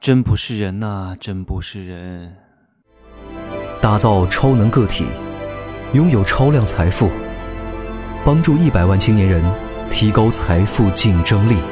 真不是人呐，真不是人。 打造超能个体，拥有超量财富，帮助100万青年人提高财富竞争力。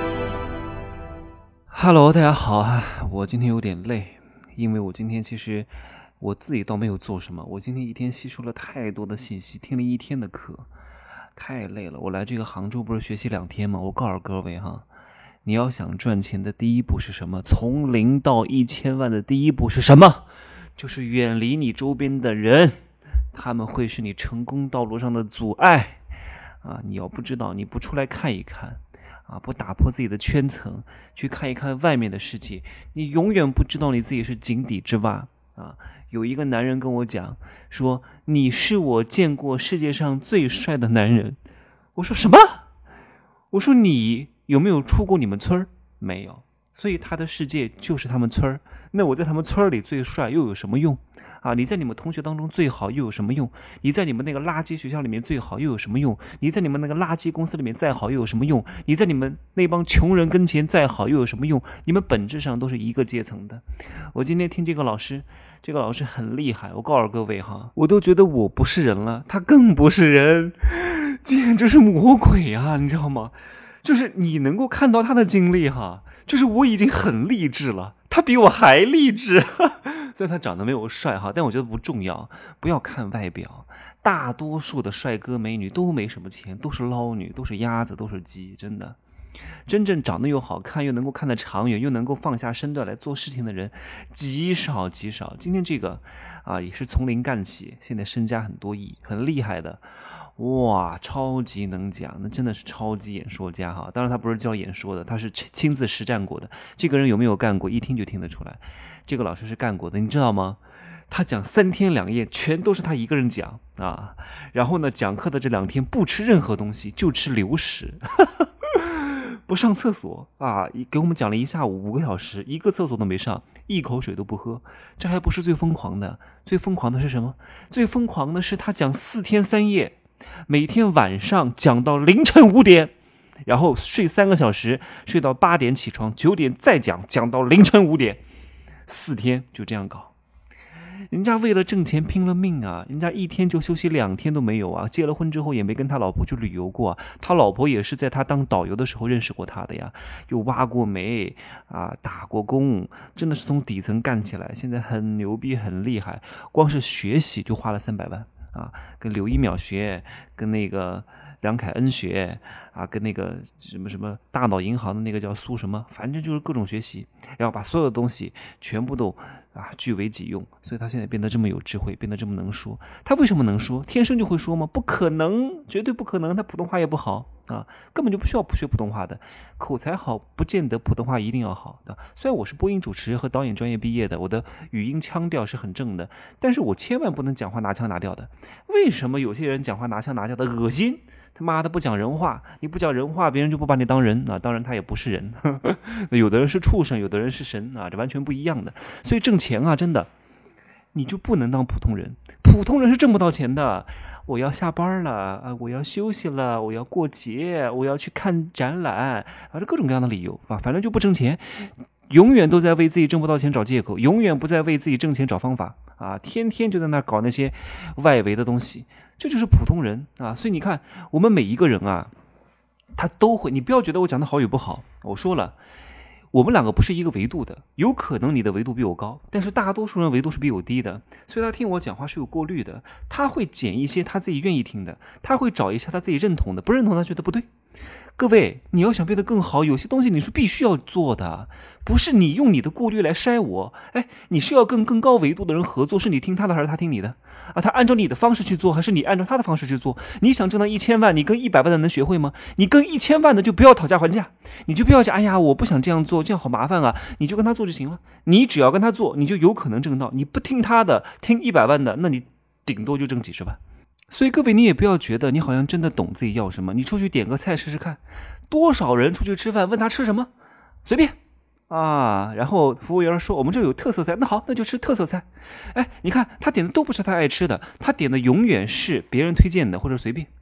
Hello， 大家好啊！我今天有点累，因为我今天其实我自己倒没有做什么，我今天一天吸收了太多的信息，听了一天的课，太累了。我来这个杭州不是学习2天吗？我告诉各位哈，你要想赚钱的第一步是什么？从0到1000万的第一步是什么？就是远离你周边的人，他们会是你成功道路上的阻碍啊！你要不知道，你不出来看一看啊，不打破自己的圈层，去看一看外面的世界，你永远不知道你自己是井底之蛙啊！有一个男人跟我讲说，你是我见过世界上最帅的男人。我说什么？我说你有没有出过你们村儿？没有，所以他的世界就是他们村儿。那我在他们村里最帅又有什么用啊？你在你们同学当中最好又有什么用？你在你们那个垃圾学校里面最好又有什么用？你在你们那个垃圾公司里面再好又有什么用？你在你们那帮穷人跟前再好又有什么用？你们本质上都是一个阶层的。我今天听这个老师很厉害，我告诉各位哈，我都觉得我不是人了，他更不是人，简直是魔鬼啊，你知道吗？就是你能够看到他的经历哈，就是我已经很励志了，他比我还励志。虽然他长得没有帅哈，但我觉得不重要，不要看外表。大多数的帅哥美女都没什么钱，都是捞女，都是鸭子，都是鸡，真的。真正长得又好看，又能够看得长远，又能够放下身段来做事情的人极少极少。今天这个啊，也是从零干起，现在身家很多亿，很厉害的。哇，超级能讲，那真的是超级演说家哈！当然他不是教演说的，他是亲自实战过的。这个人有没有干过，一听就听得出来。这个老师是干过的，你知道吗？他讲3天2夜，全都是他一个人讲啊。然后呢，讲课的这2天不吃任何东西，就吃流食，不上厕所啊！给我们讲了一下午5个小时，一个厕所都没上，一口水都不喝。这还不是最疯狂的，最疯狂的是什么？最疯狂的是他讲4天3夜。每天晚上讲到凌晨5点，然后睡3个小时，睡到8点起床，9点再讲，讲到凌晨5点，4天就这样搞。人家为了挣钱拼了命啊，人家一天就休息2天都没有啊，结了婚之后也没跟他老婆去旅游过啊，他老婆也是在他当导游的时候认识过他的呀，又挖过煤啊，打过工，真的是从底层干起来，现在很牛逼很厉害，光是学习就花了300万。啊，跟刘一淼学，跟那个梁凯恩学啊，跟那个什么大脑银行的那个叫苏什么，反正就是各种学习，然后把所有的东西全部都据为己用，所以他现在变得这么有智慧，变得这么能说。他为什么能说？天生就会说吗？不可能，绝对不可能。他普通话也不好啊，根本就不需要学普通话的，口才好不见得普通话一定要好的。虽然我是播音主持和导演专业毕业的，我的语音腔调是很正的，但是我千万不能讲话拿腔拿调的。为什么有些人讲话拿腔拿调的恶心？他妈的不讲人话，你不讲人话，别人就不把你当人啊！当然他也不是人，有的人是畜生，有的人是神啊，这完全不一样的。所以挣钱啊，真的，你就不能当普通人，普通人是挣不到钱的。我要下班了啊，我要休息了，我要过节，我要去看展览啊，这各种各样的理由啊，反正就不挣钱。永远都在为自己挣不到钱找借口，永远不在为自己挣钱找方法啊！天天就在那搞那些外围的东西，这就是普通人啊！所以你看，我们每一个人啊，他都会，你不要觉得我讲的好与不好，我说了，我们2个不是一个维度的，有可能你的维度比我高，但是大多数人维度是比我低的，所以他听我讲话是有过滤的，他会捡一些他自己愿意听的，他会找一下他自己认同的，不认同他觉得不对。各位，你要想变得更好，有些东西你是必须要做的，不是你用你的过滤来筛我。哎，你是要跟更高维度的人合作，是你听他的还是他听你的啊？他按照你的方式去做，还是你按照他的方式去做？你想挣到1000万，你跟100万的能学会吗？你跟1000万的就不要讨价还价，你就不要讲，哎呀，我不想这样做，这样好麻烦啊，你就跟他做就行了。你只要跟他做，你就有可能挣到。你不听他的，听100万的，那你顶多就挣几十万。所以各位，你也不要觉得你好像真的懂自己要什么，你出去点个菜试试看，多少人出去吃饭问他吃什么，随便啊，然后服务员说我们这有特色菜，那好，那就吃特色菜。哎，你看他点的都不是他爱吃的，他点的永远是别人推荐的或者随便。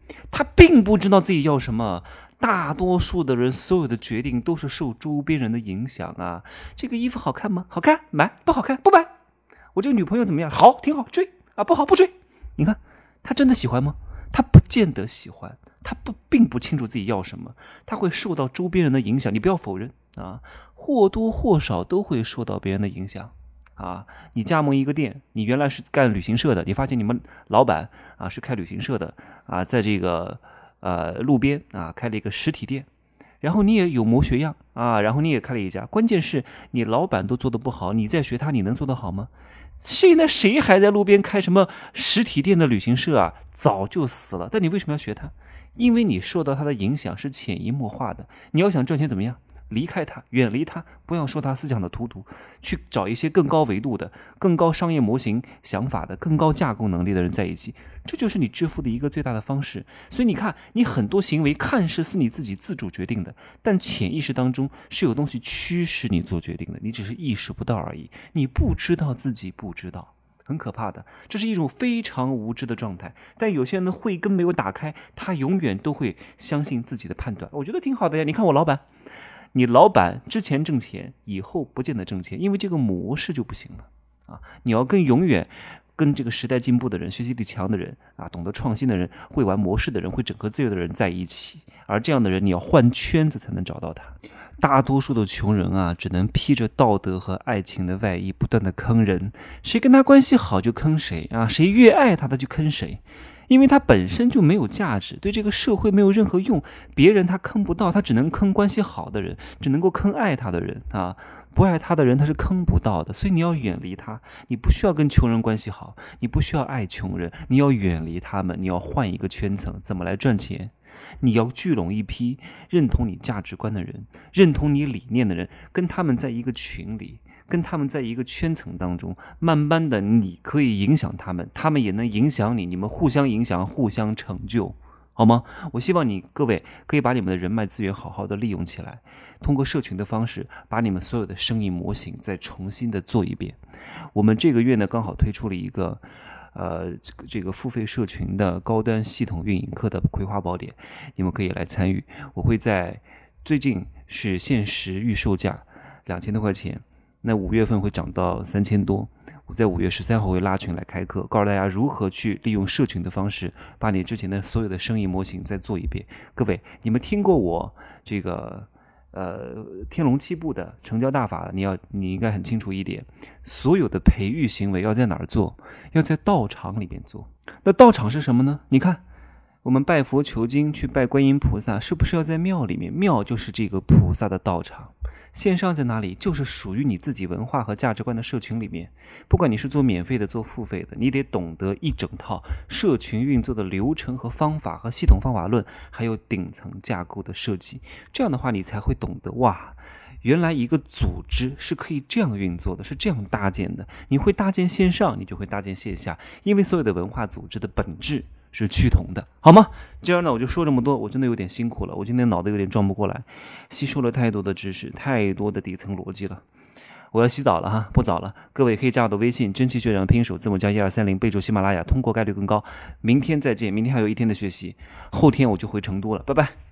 他并不知道自己要什么。大多数的人所有的决定都是受周边人的影响啊。这个衣服好看吗？好看，买；不好看，不买。我这个女朋友怎么样？好，挺好，追啊！不好，不追。你看他真的喜欢吗？他不见得喜欢，他并不清楚自己要什么，他会受到周边人的影响。你不要否认啊，或多或少都会受到别人的影响啊。你加盟一个店，你原来是干旅行社的，你发现你们老板啊是开旅行社的啊，在这个路边啊开了一个实体店，然后你也有模学样啊，然后你也开了一家，关键是你老板都做得不好，你再学他，你能做得好吗？现在谁还在路边开什么实体店的旅行社啊？早就死了。但你为什么要学他？因为你受到他的影响是潜移默化的。你要想赚钱怎么样？离开他，远离他，不要受他思想的荼毒，去找一些更高维度的、更高商业模型想法的、更高架构能力的人在一起，这就是你致富的一个最大的方式。所以你看，你很多行为看似是你自己自主决定的，但潜意识当中是有东西驱使你做决定的，你只是意识不到而已，你不知道自己不知道。很可怕的，这是一种非常无知的状态。但有些人的慧根没有打开，他永远都会相信自己的判断。我觉得挺好的呀，你看我老板。你老板之前挣钱，以后不见得挣钱，因为这个模式就不行了啊！你要永远跟这个时代进步的人、学习力强的人啊、懂得创新的人、会玩模式的人、会整合资源的人在一起，而这样的人你要换圈子才能找到他。大多数的穷人啊，只能披着道德和爱情的外衣，不断的坑人，谁跟他关系好就坑谁啊，谁越爱他就坑谁。因为他本身就没有价值，对这个社会没有任何用，别人他坑不到，他只能坑关系好的人，只能够坑爱他的人啊，不爱他的人他是坑不到的，所以你要远离他，你不需要跟穷人关系好，你不需要爱穷人，你要远离他们，你要换一个圈层，怎么来赚钱？你要聚拢一批认同你价值观的人，认同你理念的人，跟他们在一个群里，跟他们在一个圈层当中，慢慢的你可以影响他们，他们也能影响你，你们互相影响，互相成就，好吗？我希望你各位可以把你们的人脉资源好好的利用起来，通过社群的方式把你们所有的生意模型再重新的做一遍。我们这个月呢刚好推出了一个这个付费社群的高端系统运营课的葵花宝典，你们可以来参与。我会在最近是限时预售价2000多块钱，那5月份会涨到3000多。我在5月13号会拉群来开课，告诉大家如何去利用社群的方式，把你之前的所有的生意模型再做一遍。各位，你们听过我这个天龙七步的成交大法，你应该很清楚一点，所有的培育行为要在哪儿做？要在道场里面做。那道场是什么呢？你看我们拜佛求经去拜观音菩萨，是不是要在庙里面？庙就是这个菩萨的道场。线上在哪里？就是属于你自己文化和价值观的社群里面。不管你是做免费的做付费的，你得懂得一整套社群运作的流程和方法和系统方法论，还有顶层架构的设计。这样的话你才会懂得，哇，原来一个组织是可以这样运作的，是这样搭建的。你会搭建线上，你就会搭建线下，因为所有的文化组织的本质是趋同的，好吗？今儿呢我就说这么多，我真的有点辛苦了，我今天脑子有点转不过来，吸收了太多的知识，太多的底层逻辑了。我要洗澡了哈，不早了。各位可以加我的微信，真气学长拼手字母加1230，备注喜马拉雅，通过概率更高。明天再见，明天还有一天的学习，后天我就回成都了，拜拜。